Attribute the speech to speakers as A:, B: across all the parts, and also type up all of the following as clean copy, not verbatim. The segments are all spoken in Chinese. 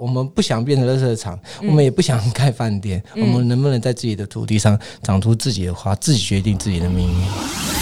A: 我们不想变成垃圾场，我们也不想盖饭店，我们能不能在自己的土地上长出自己的花，自己决定自己的命运。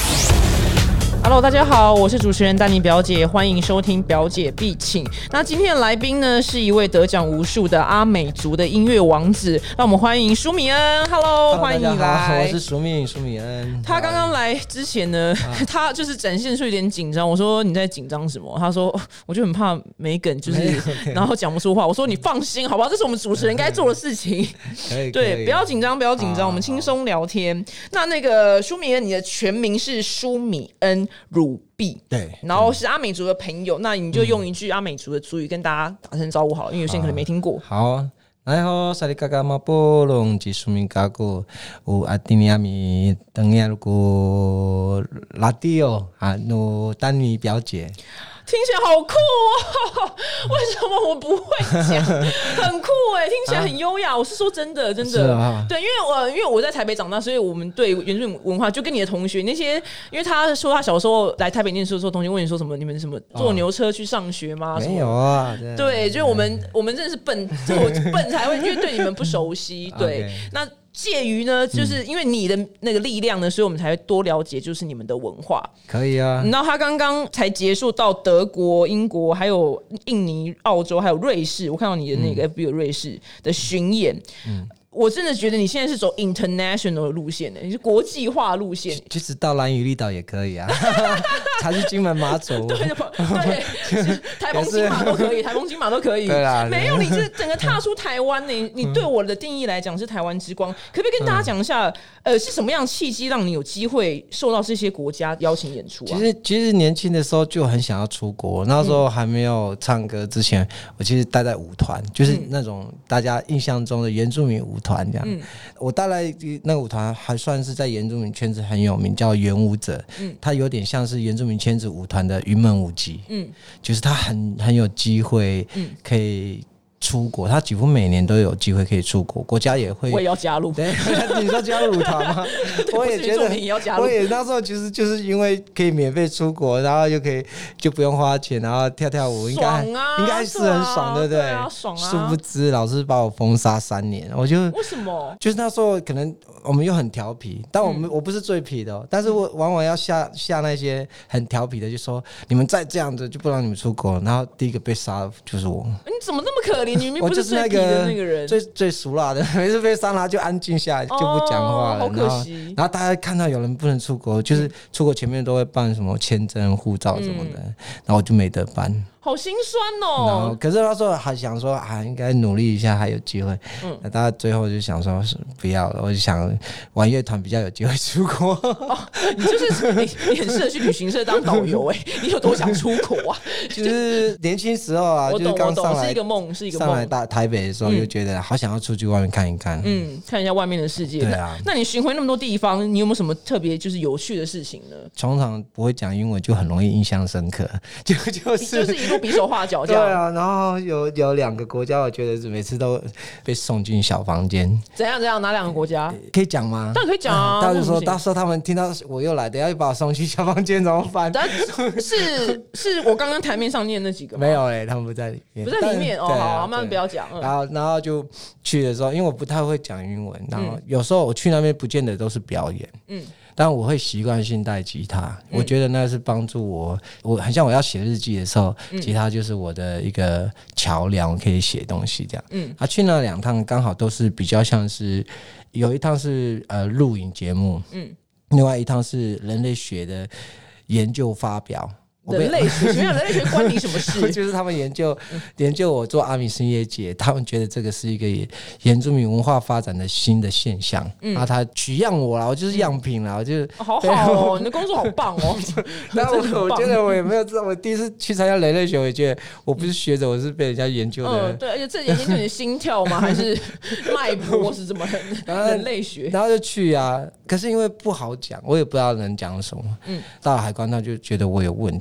B: Hello， 大家好，我是主持人丹妮表姐，欢迎收听表姐必请。那今天的来宾呢，是一位得奖无数的阿美族的音乐王子，让我们欢迎舒米恩。Hello， 欢迎你来。
A: 我是舒米恩。
B: 他刚刚来之前呢，他就是展现出有点紧张。我说你在紧张什么？他说我就很怕没梗，就是然后讲不出话。我说你放心，好不好？这是我们主持人该做的事情。对，不要紧张，不要紧张，我们轻松聊天。那个舒米恩，你的全名是舒米恩鲁碧，
A: 对，
B: 然后是阿美族的朋友，那你就用一句阿美族的族语跟大家打声招呼好了，因为有些人可能没听过。
A: 好，大好，萨利嘎嘎马波隆吉苏明嘎古乌阿蒂尼亚米等亚鲁古拉蒂奥啊，努丹尼表姐。
B: 听起来好酷哦！为什么我不会讲？很酷哎，听起来很优雅。我是说真的，真的。对，因为我在台北长大，所以我们对原住民文化就跟你的同学那些，因为他说他小时候来台北念书的时候，同学问你说什么，你们什么坐牛车去上学吗？
A: 没有啊。
B: 对，就是我们真的是笨，笨才会，因为对你们不熟悉。对，那。介于呢，就是因为你的那个力量呢，所以我们才会多了解，就是你们的文化。
A: 可以啊。
B: 然后他刚刚才结束到德国、英国，还有印尼、澳洲，还有瑞士。我看到你的那个 FB 有瑞士的巡演。我真的觉得你现在是走 international 的路线的，你是国际化路线。
A: 其实到兰屿绿岛也可以啊，还是金门马祖，
B: 对，台风金马都可以，台风金马都可以。
A: 对啦，
B: 没有，你是整个踏出台湾呢。你对我的定义来讲是台湾之光，可不可以跟大家讲一下，是什么样的契机让你有机会受到这些国家邀请演出啊？
A: 其实年轻的时候就很想要出国，那时候还没有唱歌之前，我其实待在舞团，就是那种大家印象中的原住民舞团这样。我带来那个舞团还算是在原住民圈子很有名，叫原舞者。它有点像是原住民圈子舞团的云门舞集。就是它很有机会可以出国，他几乎每年都有机会可以出国，国家也会。
B: 我也要加入。
A: 对，你说加入舞团吗？我也觉得，我也那时候其实就是因为可以免费出国，然后就不用花钱，然后跳舞，应该是很爽，对不对？
B: 对啊，爽啊！
A: 殊不知老师把我封杀3年，我就
B: 为什么？
A: 就是那时候可能我们又很调皮，但我不是最皮的，但是我往往要下那些很调皮的，就说你们再这样子就不让你们出国，然后第一个被杀的就是我。
B: 你怎么那么可怜？你明明不是最皮的那个人，
A: 最熟辣的，每次被杀了就安静下来，就不讲话了。
B: 好可惜。
A: 然后大家看到有人不能出国，就是出国前面都会办什么签证、护照什么的，然后我就没得办。
B: 好心酸哦。
A: 可是那时候还想说应该努力一下，还有机会。那大家最后就想说不要了，我就想玩乐团比较有机会出国。
B: 你就是你很适合去旅行社当导游你有多想出国啊？
A: 就是年轻时候啊，就是刚上来
B: 是一个梦，是一个梦。
A: 上来台北的时候就觉得好想要出去外面看一看，
B: 看一下外面的世界。
A: 对啊。
B: 那你巡回那么多地方，你有没有什么特别就是有趣的事情呢？
A: 通常不会讲英文就很容易印象深刻，就是
B: 一路比手画脚这样。
A: 对啊，然后有2个国家，我觉得每次都被送进小房间。
B: 怎样？哪2个国家？
A: 可以讲吗？
B: 当然可以讲啊。
A: 到时候他们听到我又来，等一下又把我送去小房间怎么办？
B: 是我刚刚台面上念那几个吗？
A: 没有他们不在里面。
B: 不在里面哦，好，慢慢不要讲。
A: 然后就去的时候，因为我不太会讲英文，然后有时候我去那边不见得都是表演。但我会习惯性带吉他，我觉得那是帮助我很像我要写日记的时候，吉他就是我的一个桥梁，可以写东西这样。去那2趟刚好都是比较像是，有一趟是录影节目，另外一趟是人类学的研究发表。
B: 人类学？人类学关你什么事？
A: 就是他们研究我做阿米斯业界，他们觉得这个是一个原住民文化发展的新的现象。然后他取样我啦，我就是样品啦，我就
B: 好好哦，你的工作好棒哦。
A: 但我觉得我也没有知道，我第一次去参加人类学，我也觉得我不是学者，我是被人家研究的。
B: 对，而且这研究你的心跳吗？还是脉搏是怎么人类学？
A: 然后就去啊，可是因为不好讲，我也不知道能讲什么。到了海关，他就觉得我有问题。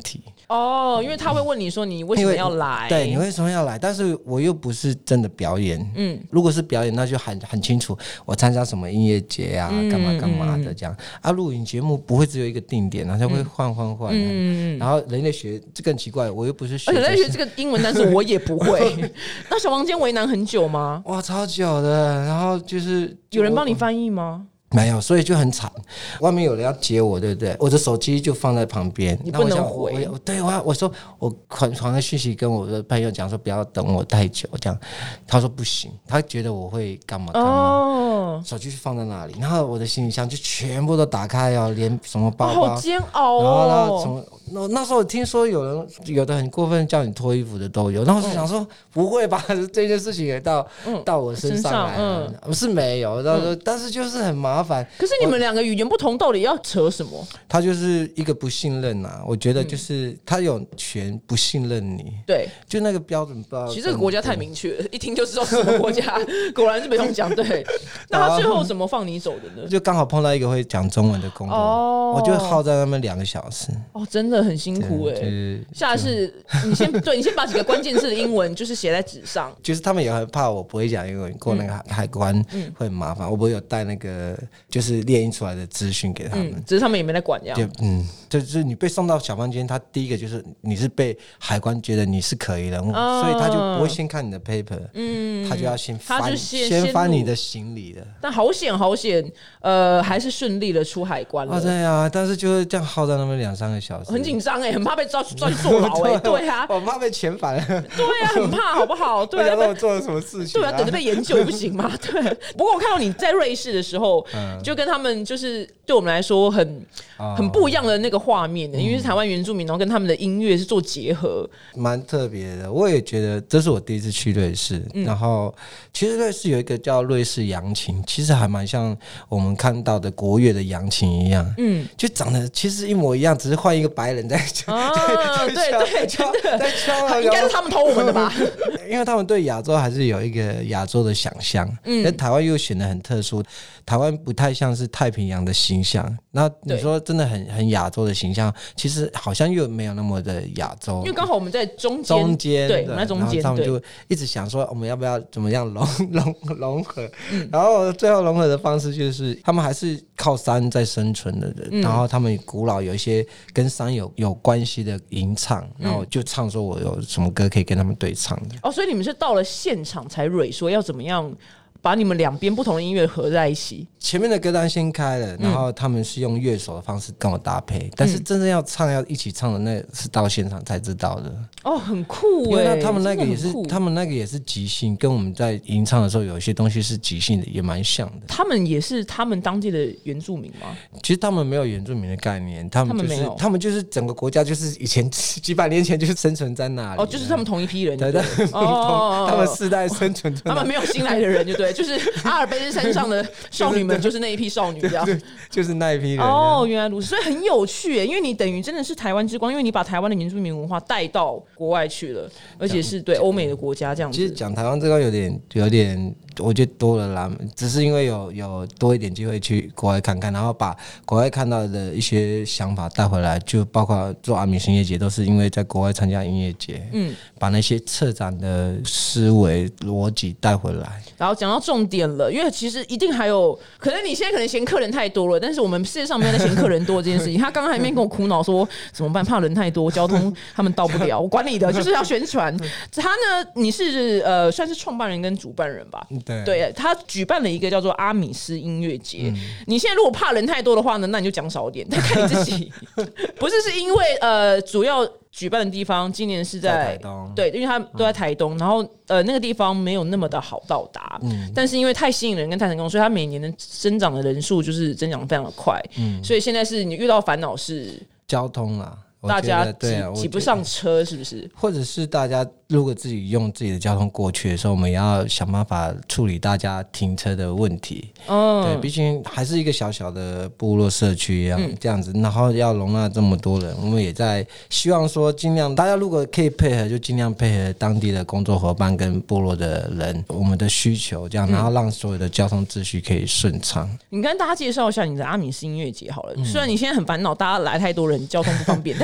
B: 因为他会问你说你为什么要来？
A: 对，你为什么要来？但是我又不是真的表演。如果是表演，那就很清楚，我参加什么音乐节啊，干嘛干嘛的这样。录影节目不会只有一个定点，然后会换。然后人类学这更奇怪，我又不是学。
B: 而且人类学这个英文单词我也不会。那小房间为难很久吗？
A: 哇，超久的。然后就是
B: 有人帮你翻译吗？
A: 没有，所以就很惨。外面有人要接我，对不对？我的手机就放在旁边，
B: 你不能回。
A: 对，我说我传个讯息跟我的朋友讲说不要等我太久，这样。他说不行，他觉得我会干嘛干嘛。手机就放在那里，然后我的行李箱就全部都打开哦，连什么包包，
B: 好煎熬哦。
A: 然后什么。那时候我听说有的很过分叫你脱衣服的都有，然后我就想说不会吧，这件事情也到我身上来了，是没有，但是就是很麻烦。
B: 可是你们两个语言不同，到底要扯什么？
A: 他就是一个不信任啊，我觉得就是他有权不信任你。
B: 对，
A: 就那个标准不知道。
B: 其实这个国家太明确了，一听就知道是什么国家。果然是没用讲对。那他最后怎么放你走的呢？
A: 就刚好碰到一个会讲中文的工作，我就耗在那边2个小时。
B: 真的很辛苦下次你先把几个关键字的英文就是写在纸上。
A: 就是他们也很怕我不会讲英文，过那个海关会很麻烦。我不会有带那个就是列印出来的资讯给他们，
B: 只是他们也没在管这样。
A: 就是你被送到小房间，他第一个就是你是被海关觉得你是可疑人物，所以他就不会先看你的 paper，他就要先翻你的行李的。
B: 但好险，还是顺利的出海关了。
A: 对啊，但是就是这样耗在那边2-3个小时，
B: 很紧张很怕被抓去坐牢对啊，
A: 我怕被遣返了。
B: 对啊，很怕好不好？对啊，
A: 我做了什么事情？
B: 对啊，等着被研究不行吗？对。不过我看到你在瑞士的时候，就跟他们就是对我们来说很不一样的那个画面因为是台湾原住民，然后跟他们的音乐是做结合，
A: 蛮特别的。我也觉得这是我第一次去瑞士，然后其实瑞士有一个叫瑞士扬琴，其实还蛮像我们看到的国乐的扬琴一样，就长得其实一模一样，只是换一个白人在敲。
B: 对，真的
A: 在敲，
B: 应该是他们偷我们的吧？
A: 因为他们对亚洲还是有一个亚洲的想象，但台湾又选得很特殊，台湾不太像是太平洋的形象。那你说真的很亚洲的形象，其实好像又没有那么的亚洲，
B: 因为刚好我们在中间，对，我们在中间，
A: 他们就一直想说我们要不要怎么样融合，然后最后融合的方式就是他们还是靠山在生存的人，然后他们古老有一些跟山有关系的吟唱，然后就唱说我有什么歌可以跟他们对唱的。
B: 所以你们是到了现场才蕊说要怎么样把你们两边不同的音乐合在一起。
A: 前面的歌单先开了，然后他们是用乐手的方式跟我搭配，但是真正要一起唱的那是到现场才知道的。
B: 很酷
A: 因为他们那个也是即兴，跟我们在吟唱的时候有一些东西是即兴的，也蛮像的。
B: 他们也是他们当地的原住民吗？
A: 其实他们没有原住民的概念，他们就是整个国家就是以前几百年前就是生存在那里。
B: 就是他们同一批人。
A: 对，他们世代生存在那里。
B: 他们没有新来的人，就对，就是阿尔卑斯山上的少女们，就是那一批少女这样。
A: 就是那一批人。
B: 原来如此，所以很有趣耶，因为你等于真的是台湾之光，因为你把台湾的原住民文化带到国外去了，而且是对欧美的国家这样子。
A: 其实讲台湾这个有点，我觉得多了啦，只是因为有多一点机会去国外看看，然后把国外看到的一些想法带回来，就包括做阿米音乐节，都是因为在国外参加音乐节，把那些策展的思维逻辑带回来。
B: 然后讲到重点了，因为其实一定还有可能你现在可能嫌客人太多了，但是我们世界上没有在嫌客人多这件事情。他刚刚还没跟我苦恼说怎么办，怕人太多，交通他们到不了，我管你的，就是要宣传。他呢，你是算是创办人跟主办人吧？对，他举办了一个叫做阿米斯音乐节。你现在如果怕人太多的话呢，那你就讲少一点，但看你自己。不是因为主要举办的地方今年是在
A: 台东，
B: 对，因为他都在台东，然后那个地方没有那么的好到达，但是因为太吸引人跟太成功，所以他每年的增长的人数就是增长非常的快，所以现在是你遇到烦恼是
A: 交通啦。
B: 大家挤不上车，是不是？
A: 或者是大家如果自己用自己的交通过去的时候，我们也要想办法处理大家停车的问题。对，毕竟还是一个小小的部落社区一样，这样子，然后要容纳这么多人，我们也在希望说，尽量大家如果可以配合，就尽量配合当地的工作伙伴跟部落的人，我们的需求这样，然后让所有的交通秩序可以顺畅。
B: 你跟大家介绍一下你的阿米斯音乐节好了。虽然你现在很烦恼，大家来太多人，交通不方便，但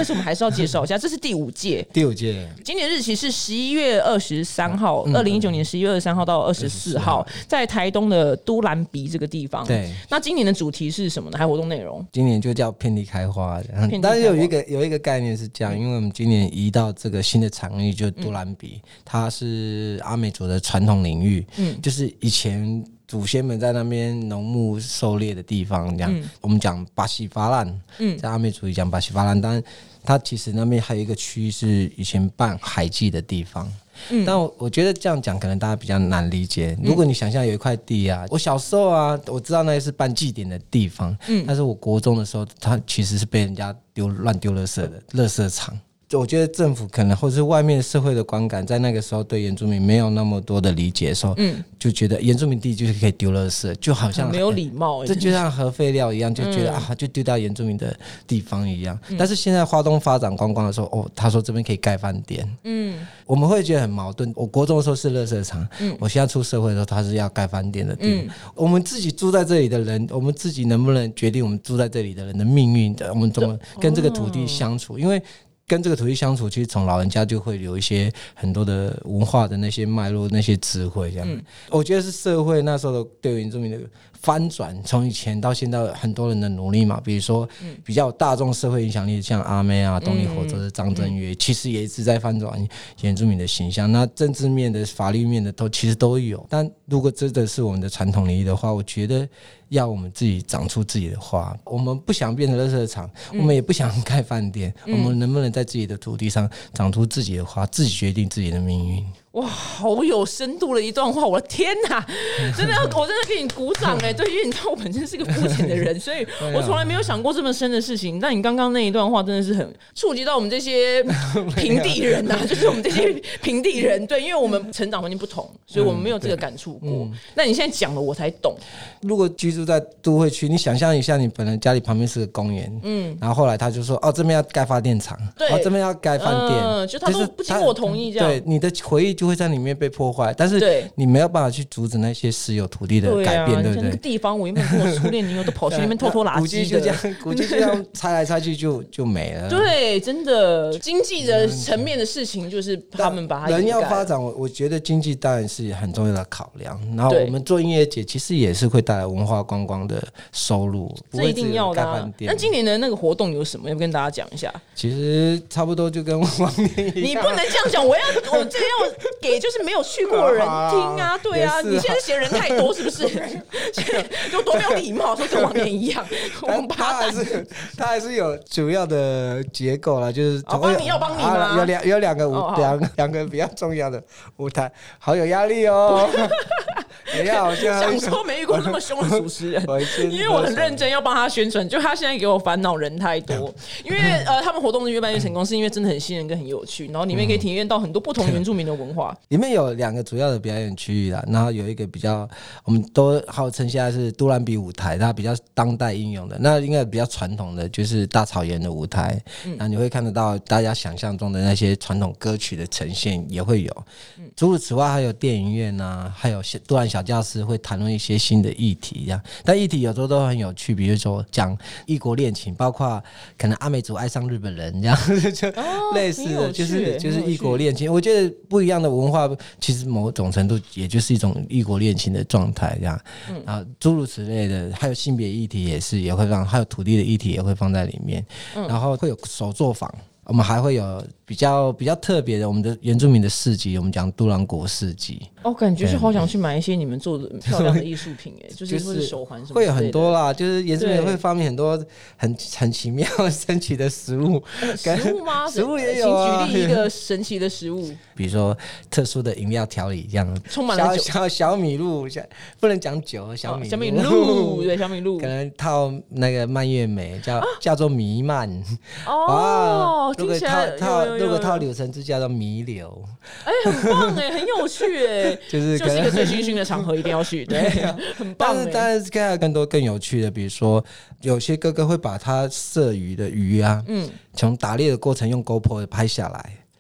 B: 是我们还是要介绍一下，这是第5届，今年日期是11月23号，2019年11月23号到24号，在台东的都兰比这个地方。
A: 对，
B: 那今年的主题是什么呢？还有活动内容？
A: 今年就叫遍地开花，但是有一个概念是这样，因为我们今年移到这个新的场域，就是都兰比，它是阿美族的传统领域，就是以前祖先们在那边农牧狩猎的地方，这样、我们讲巴西法兰，在阿美族语讲巴西法兰，但它其实那边还有一个区是以前办海祭的地方。但我觉得这样讲可能大家比较难理解。如果你想象有一块地啊，我小时候啊，我知道那是办祭典的地方，但是我国中的时候，它其实是被人家乱丢垃圾的垃圾场。我觉得政府可能或是外面社会的观感，在那个时候对原住民没有那么多的理解的时候，就觉得原住民地就是可以丢垃圾，就好像
B: 没有礼貌，
A: 这就像核废料一样，就觉得就丢到原住民的地方一样。但是现在花东发展观光的时候，他说这边可以盖饭店，我们会觉得很矛盾。我国中的时候是垃圾场，我现在出社会的时候，他是要盖饭店的地方。我们自己住在这里的人，我们自己能不能决定我们住在这里的人的命运的？我们怎么跟这个土地相处？因为跟这个土地相处，其实从老人家就会有一些很多的文化的那些脉络、那些智慧这样。我觉得是社会那时候的对原住民的翻转，从以前到现在很多人的努力嘛，比如说比较有大众社会影响力，像阿妹啊、动力火车的张震岳，其实也一直在翻转原住民的形象。那政治面的、法律面的其实都有。但如果真的是我们的传统领域的话，我觉得要我们自己长出自己的花。我们不想变成垃圾场，我们也不想盖饭店，我们能不能在自己的土地上长出自己的花，自己决定自己的命运？
B: 哇，好有深度的一段话！我的天哪，真的我真的给你鼓掌哎！对，因为你知道我本身是个肤浅的人，所以我从来没有想过这么深的事情。但你刚刚那一段话真的是很触及到我们这些平地人啊，就是我们这些平地人。对，因为我们成长环境不同，所以我们没有这个感触过。那你现在讲了，我才懂。
A: 如果居住在都会区，你想象一下，你本来家里旁边是个公园，然后后来他就说，这边要盖发电厂，这边要盖饭店，
B: 就他都不经我同意这样，
A: 对，你的回忆就会在里面被破坏，但是你没有办法去阻止那些私有土地的改变，对不对？
B: 那个地方，我原本跟我初恋女友都跑去那边偷拉
A: 古迹就这样拆来拆去就没了。
B: 对，真的，经济的层面的事情就是他们把它
A: 人要发展，我觉得经济当然是很重要的考量。然后我们做音乐节，其实也是会带来文化观光的收入，
B: 这一定要的啊。那今年的那个活动有什么？要不跟大家讲一下？
A: 其实差不多就跟往年一样。
B: 你不能这样讲，我这个要给就是没有去过的人听啊，对啊，你现在嫌人太多是不是？就多没有礼貌，说跟往年一样。
A: 他还是有主要的结构啦，就是
B: 要帮你吗？
A: 有两个比较重要的舞台，好有压力哦。
B: 想说没遇过那么凶的主持人，因为我很认真要帮他宣传，就他现在给我烦恼人太多。因为他们活动越办越成功，是因为真的很吸引人跟很有趣，然后里面可以体验到很多不同原住民的文化。
A: 里面有2个主要的表演区域啦，然后有一个比较我们都号称现在是都兰比舞台，它比较当代应用的，那应该比较传统的就是大草原的舞台，那你会看得到大家想象中的那些传统歌曲的呈现也会有。除此之外还有电影院啊，还有都兰小教室会谈论一些新的议题这样，但议题有时候都很有趣，比如说讲异国恋情，包括可能阿美族爱上日本人这样，就类似的就是异国恋情。我觉得不一样的文化其实某种程度也就是一种异国恋情的状态这样，然后诸如此类的，还有性别议题也会放，还有土地的议题也会放在里面，然后会有手作坊。我们还会有比较特别的，我们的原住民的市集，我们讲都兰国市集。
B: 感觉就好想去买一些你们做的漂亮的艺术品就是手环什么的。
A: 会有很多啦，就是原住民会发明很多很奇妙神奇的食物。
B: 食物吗？
A: 食物也有啊。
B: 请举例一个神奇的食物，
A: 比如说特殊的饮料调理，这样
B: 充满了酒。
A: 小米露，不能讲酒，小米
B: 露，对，小米露，
A: 可能套那个蔓越莓，叫做弥漫。如果套柳橙汁叫做弥留，
B: 很棒很有趣就是一个醉醺醺的场合一定要去，对，很棒
A: 当然是还有更多更有趣的，比如说有些哥哥会把他射鱼的鱼啊，从打猎的过程用 GoPro 拍下来。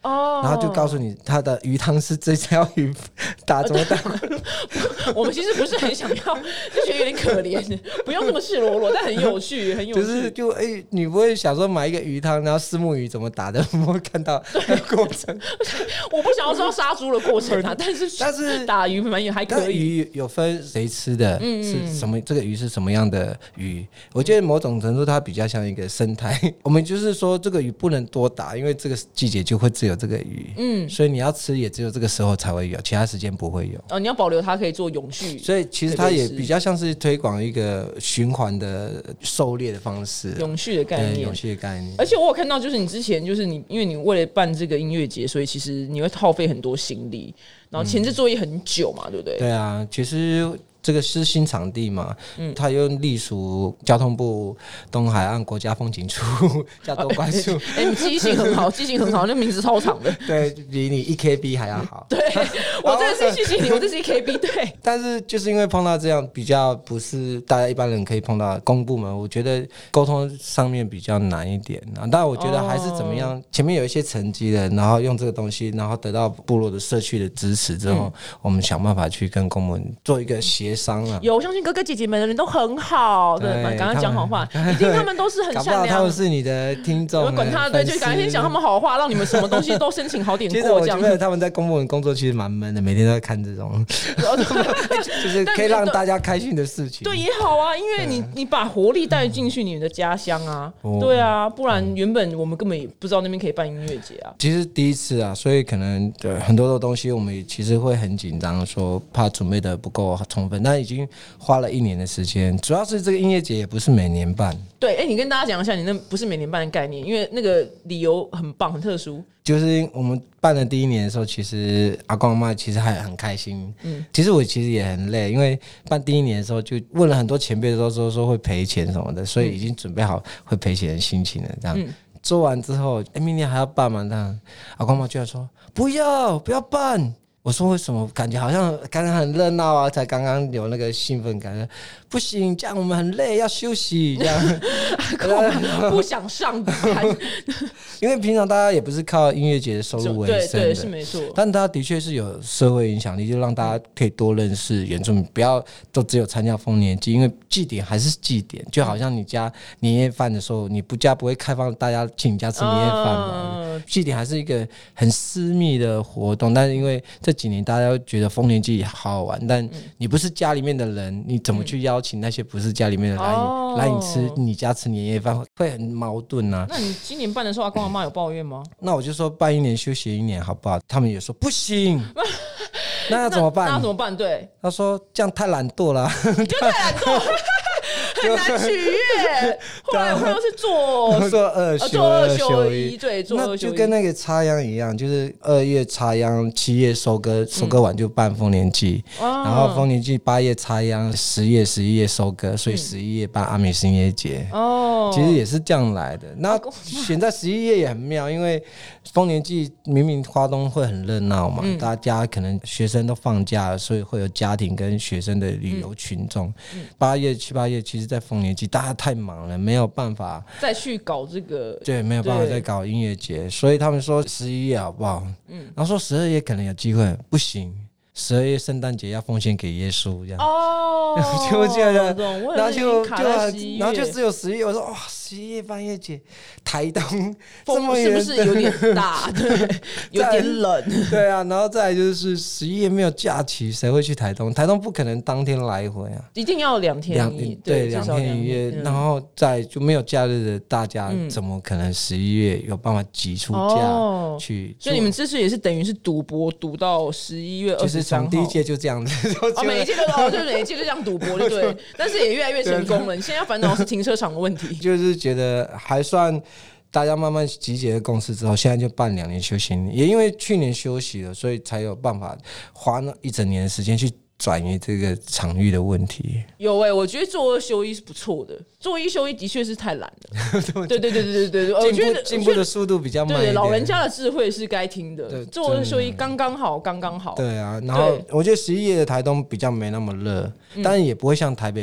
B: 哦，
A: 然后就告诉你它的鱼汤是这条鱼打怎么打。
B: 我们其实不是很想要，就觉得有点可怜，不用这么赤裸裸，但很有趣，很有趣。
A: 你不会想说买一个鱼汤，然后虱目鱼怎么打的，不会看到过程。
B: 我不想要知道杀猪的过程啊，但是打鱼蛮也还可以。
A: 鱼有分谁吃的，是什么？这个鱼是什么样的鱼？我觉得某种程度它比较像一个生态。我们就是说这个鱼不能多打，因为这个季节就会只有这个鱼，所以你要吃也只有这个时候才会有，其他时间不会有。
B: 哦，你要保留它可以做永续，
A: 所以其实它也比较像是推广一个循环的狩猎的方式，
B: 永续的概念，
A: 永续的概念。
B: 而且我有看到，就是你之前就是因为你为了办这个音乐节，所以其实你会耗费很多心力，然后前置作业很久嘛，对不对？
A: 对啊，其实这个是新场地嘛，它又隶属交通部东海岸国家风景处叫多关处。
B: 你记性很好，记性很好，那名字超长的。
A: 对，比你1KB 还要好。
B: 对，我真的是谢谢你，我这是1KB。对，
A: 但是就是因为碰到这样比较不是大家一般人可以碰到的公部门，我觉得沟通上面比较难一点啊。但我觉得还是怎么样，前面有一些成绩的，然后用这个东西，然后得到部落的社区的支持之后，我们想办法去跟公部门做一个协商啊。
B: 有，我相信哥哥姐姐们的人都很好，对，赶快讲好话，一定他们都是很善良。
A: 他们是你的听众，
B: 管他，对，就赶快先讲他们好话，让你们什么东西都申请好点过。
A: 其实我觉得他们在公部门工作其实蛮闷的，每天都在看这种，就是可以让大家开心的事情。
B: 对，也好啊，因为你把活力带进去你们的家乡啊，对啊，不然原本我们根本也不知道那边可以办音乐节啊。
A: 其实第一次啊，所以可能对很多的东西我们其实会很紧张，说怕准备的不够充分，但已经花了1年的时间。主要是这个音乐节也不是每年办。
B: 对，你跟大家讲一下，你那不是每年办的概念，因为那个理由很棒，很特殊。
A: 就是我们办的第1年的时候，其实阿公阿嬷其实还很开心。其实我其实也很累，因为办第1年的时候就问了很多前辈，都说会赔钱什么的，所以已经准备好会赔钱的心情了。这样做完之后，明年还要办吗？这样阿公阿嬷居然说不要办。我说为什么？感觉好像刚刚很热闹啊，才刚刚有那个兴奋感。不行，这样我们很累，要休息。这样
B: 不想上班，
A: 因为平常大家也不是靠音乐节的收入为生的，
B: 对，是没错。
A: 但它的确是有社会影响力，就让大家可以多认识原住民，不要都只有参加丰年祭，因为祭典还是祭典，就好像你家年夜饭的时候，你家不会开放大家请你家吃年夜饭嘛。祭典还是一个很私密的活动，但是因为这几年大家都觉得丰年祭好好玩，但你不是家里面的人，你怎么去邀请那些不是家里面的人来你吃你家吃年夜饭，会很矛盾啊。
B: 那你今年办的时候，阿公阿嬷有抱怨吗？
A: 那我就说办1年休息1年好不好？他们也说不行。那要怎么办？
B: 那要怎么办？对，
A: 他说这样太懒惰了，
B: 就太懒惰。很难取悦，后来我们又是做
A: 2休1，
B: 对，做2休1，
A: 那就跟那个插秧一样，就是2月插秧，7月收割，收割完就办丰年祭，然后丰年祭8月插秧，10月、11月收割，所以11月办阿美音乐节。其实也是这样来的。那选在11月也很妙，因为丰年祭明明花东会很热闹嘛，大家可能学生都放假了，所以会有家庭跟学生的旅游群众。7、8月其实在丰年祭大家太忙了，没有办法
B: 再去搞这个，
A: 对，没有办法再搞音乐节，所以他们说11月好不好？然后说12月可能有机会，不行。12月圣诞节要奉献给耶稣，这样就觉得，然后就只有11月。我说哇，11月办音乐节，台东这么远，
B: 是不是有点大？对，有点冷。
A: 对啊，然后再来就是11月没有假期，谁会去台东？台东不可能当天来回啊，
B: 一定要2天一夜，
A: 对，2天1夜。然后再就没有假日的大家，怎么可能11月有办法挤出假去？
B: 所以你们这次也是等于是赌博，赌到11月23号。
A: 从第1届就这样子，
B: 每一届都就每一届就这样赌博，对，但是也越来越成功了。你现在要烦恼的是停车场的问题，
A: 就是觉得还算大家慢慢集结的共识之后，现在就办2年休息1年，也因为去年休息了，所以才有办法花那1整年的时间去转移这个场域的问题。
B: 有我觉得做2休1是不错的，做1休1的确是太懒了。对，我觉得
A: 进步的速度比较慢一点。
B: 对，老人家的智慧是该听的。做2休1刚刚好。
A: 对啊，然后我觉得11月的台东比较没那么热，但是也不会像北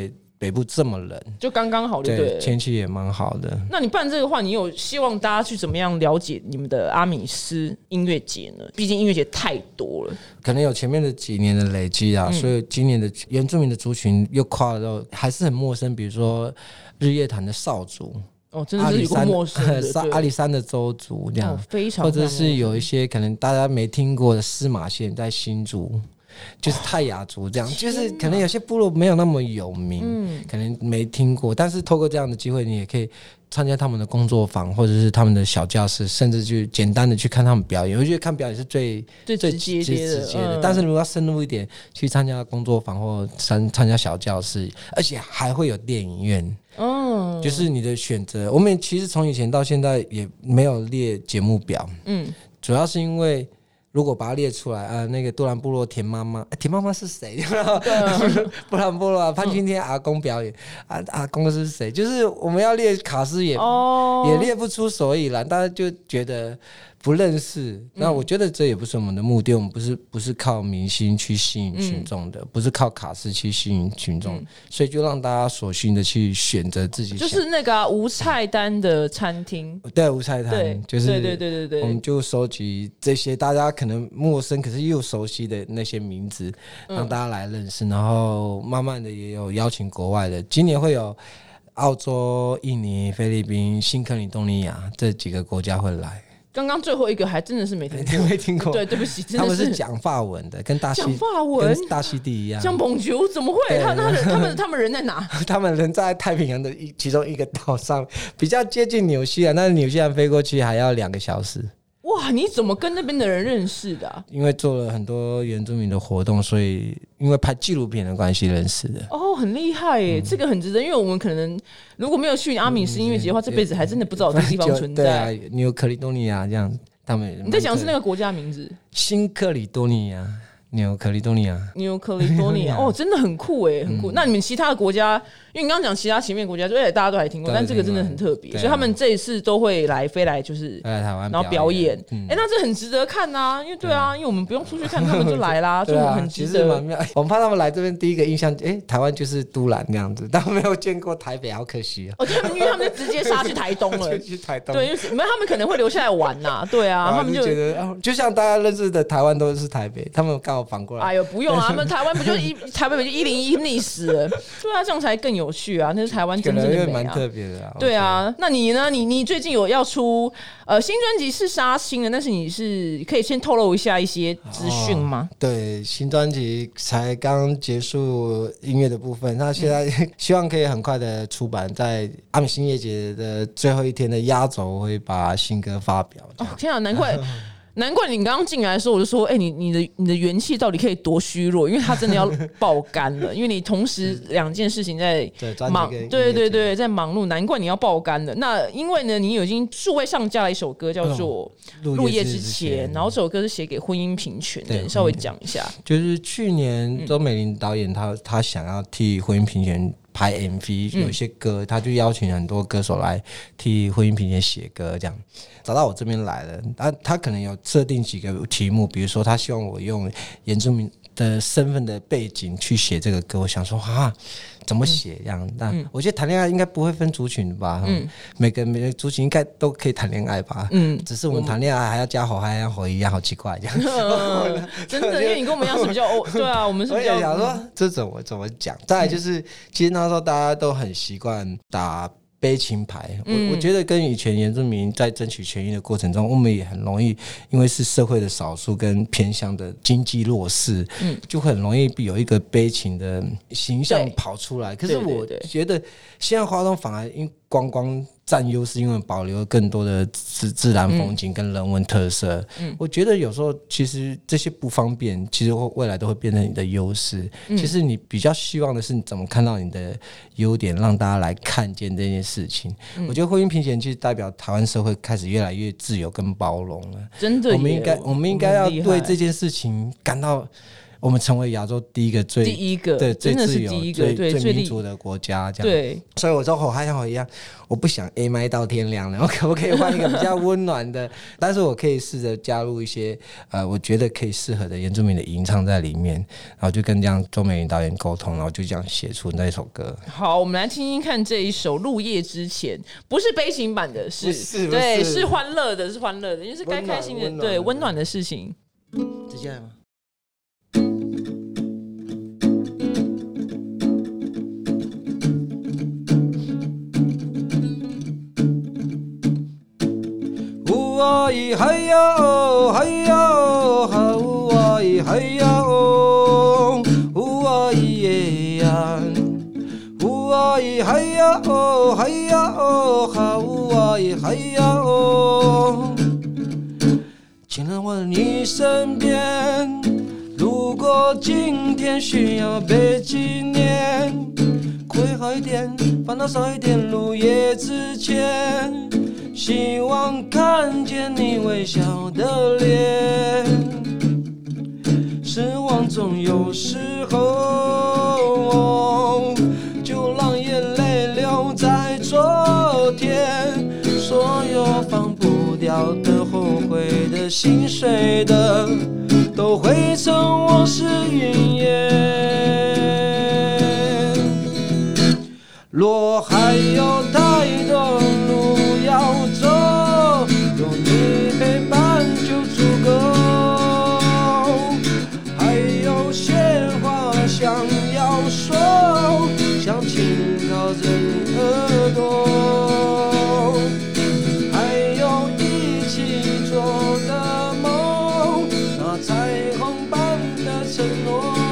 A: 北部这么冷，
B: 就刚刚好，对，
A: 天气也蛮好的。
B: 那你办这个话，你有希望大家去怎么样了解你们的阿米斯音乐节呢？毕竟音乐节太多了，
A: 可能有前面的几年的累积啊，所以今年的原住民的族群又跨了到还是很陌生，比如说日月潭的少族。
B: 真的是有个陌生的
A: 阿里山的邹族这样，
B: 非常，
A: 或者是有一些可能大家没听过的司马县在新竹，就是泰雅族这样，就是可能有些部落没有那么有名，可能没听过，但是透过这样的机会，你也可以参加他们的工作坊，或者是他们的小教室，甚至就简单的去看他们表演。我觉得看表演是最
B: 直接的，
A: 但是如果要深入一点，去参加工作坊或参加小教室，而且还会有电影院。就是你的选择，我们其实从以前到现在也没有列节目表，主要是因为如果把它列出来那个杜兰部落田妈妈，田妈妈是谁？布兰部落潘君天阿公表演，阿公是谁？就是我们要列卡司也列不出所以然，大家就觉得不认识。那我觉得这也不是我们的目的，我们不是靠明星去吸引群众的，不是靠卡司去吸引群众，所以就让大家索性的去选择自己，
B: 就是那个无菜单的餐厅，
A: 对，无菜单，就是
B: 对，
A: 我们就收集这些大家可能陌生可是又熟悉的那些名字，让大家来认识，然后慢慢的也有邀请国外的，今年会有澳洲、印尼、菲律宾、新克里多尼亚这几个国家会来。
B: 刚刚最后一个还真的是没听过，对不起，真的是
A: 他们是讲法文的，跟大溪地一样。
B: 像蹦球怎么会？他们人在哪？
A: 他们人在太平洋的其中一个岛上，比较接近纽西兰，但是纽西兰飞过去还要2个小时。
B: 哇，你怎么跟那边的人认识的啊？
A: 因为做了很多原住民的活动，所以因为拍纪录片的关系认识的。
B: 很厉害耶，这个很值得，因为我们可能如果没有去阿米斯音乐节的话，这辈子还真的不知道这个地方存在。
A: 对啊，纽克里多尼亚这样，他们
B: 你在讲的是那个国家名字？
A: 新克里多尼亚。纽克里多尼亚
B: 真的很酷耶，很酷。那你们其他的国家，因为你刚刚讲其他前面国家，就大家都还听过，但这个真的很特别，所以他们这一次都会飞来，就是
A: 来台湾，
B: 然后表演。那这很值得看啊，因为我们不用出去看，他们就来啦，就很值得。
A: 我们怕他们来这边第一个印象，台湾就是都兰那样子，但没有见过台北，好可惜啊。
B: 因为他们就直接杀去台东了，
A: 去台东。
B: 对，因为他们可能会留下来玩呐，对啊，他们就
A: 觉得就像大家认识的台湾都是台北，他们刚好反过来。
B: 哎呦，不用啊，他们台湾不就台北就101溺死了？对啊，这样才更有趣啊！那是台湾真正的美啊，
A: 蛮特别的啊。
B: 对啊，那你呢？你最近有要出新专辑是杀青的，但是你是可以先透露一下一些资讯吗？
A: 对，新专辑才刚结束音乐的部分，那现在希望可以很快的出版，在阿米新业节的最后一天的压轴会把新歌发表。
B: 天啊，难怪你刚刚进来的时候，我就说，你的元气到底可以多虚弱？因为他真的要爆肝了，因为你同时2件事情在忙，对，在忙碌，难怪你要爆肝了。那因为呢，你已经数位上架了一首歌，叫做《入夜之前》，然后这首歌是写给婚姻平权的，你稍微讲一下。
A: 就是去年周美玲导演他想要替婚姻平权拍 MV， 有一些歌，他就邀请很多歌手来替婚姻平权写歌，这样找到我这边来了。他可能有设定几个题目，比如说他希望我用原住民的身份的背景去写这个歌，我想说怎么写这样？但我觉得谈恋爱应该不会分族群吧？每个族群应该都可以谈恋爱吧？只是我们谈恋爱还要加火，还要火一样，好奇怪这样。
B: 真的，因为你跟我们一样是比较对啊，我们是比较
A: 想说这怎么讲？再来就是，其实那时候大家都很习惯打悲情牌，我觉得跟以前原住民在争取权益的过程中，我们也很容易因为是社会的少数跟偏向的经济弱势，就很容易有一个悲情的形象跑出来。可是我觉得现在花东反而因观光占优势，因为保留更多的自然风景跟人文特色。我觉得有时候其实这些不方便，其实未来都会变成你的优势。其实你比较希望的是你怎么看到你的优点，让大家来看见这件事情。我觉得婚姻平权其实代表台湾社会开始越来越自由跟包容了。
B: 真的，
A: 我们应该要对这件事情感到。 我们成为亚洲第一个对
B: 真的是
A: 最自由
B: 第一个
A: 最民主的国家，这样。
B: 对，
A: 所以我说我还像我一样，我不想 A 麦到天亮了，我可不可以换一个比较温暖的？但是我可以试着加入一些我觉得可以适合的原住民的吟唱在里面，然后就跟这样周美云导演沟通，然后就这样写出那首歌。
B: 好，我们来听听看这一首《入夜之前》，不是悲情版的，对，是欢乐的，因为是该开心的，对，温暖的事情。
A: 接下来吗？哇咿嗨呀哦嗨呀哦哈呜哇咿嗨呀哦呜哇咿耶呀呜哇咿嗨呀哦嗨呀哦哈呜哇咿嗨呀哦，进了我你身边，如果今天需要被纪念，会好一点，烦恼少一点，入夜之前，希望看见你微笑的脸。失望总有时候，就让眼泪留在昨天，所有放不掉的、后悔的、心碎的，都会成往事云烟。若还有太多路要走，有你陪伴就足够，还有些话想要说，想轻靠着你耳朵，还有一起做的梦，那彩虹般的承诺，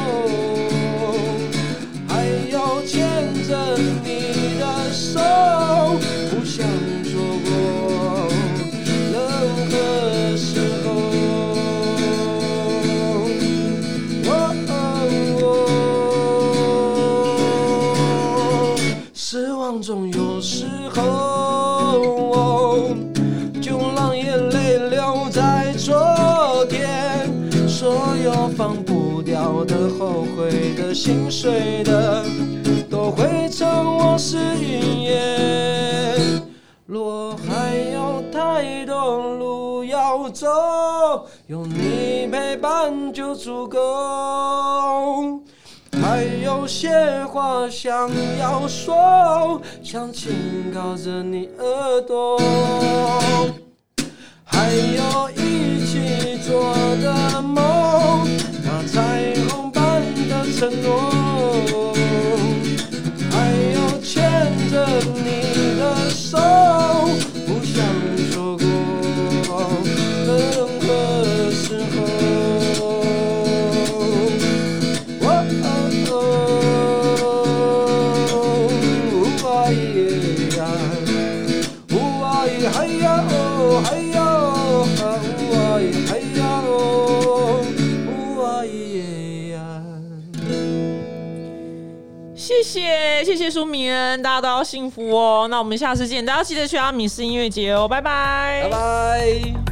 A: 还有牵着你的手，不想错过任何时候。失望总有时候，就让眼泪留在昨天，所有放不掉的、后悔的、心碎的，都会成往事云烟。若还有太多路要走，有你陪伴就足够，还有些话想要说，想轻靠着你耳朵，还有一起做的梦，那彩虹般的承诺，还有牵着你的手，不想错过任何时候。嗨呀哦，嗨呀哦，哈呜啊咿，嗨呀哦，呜啊咿耶呀。
B: 谢谢舒明恩，大家都要幸福哦。那我们下次见，大家记得去阿米斯音乐节哦，拜拜，
A: 拜拜。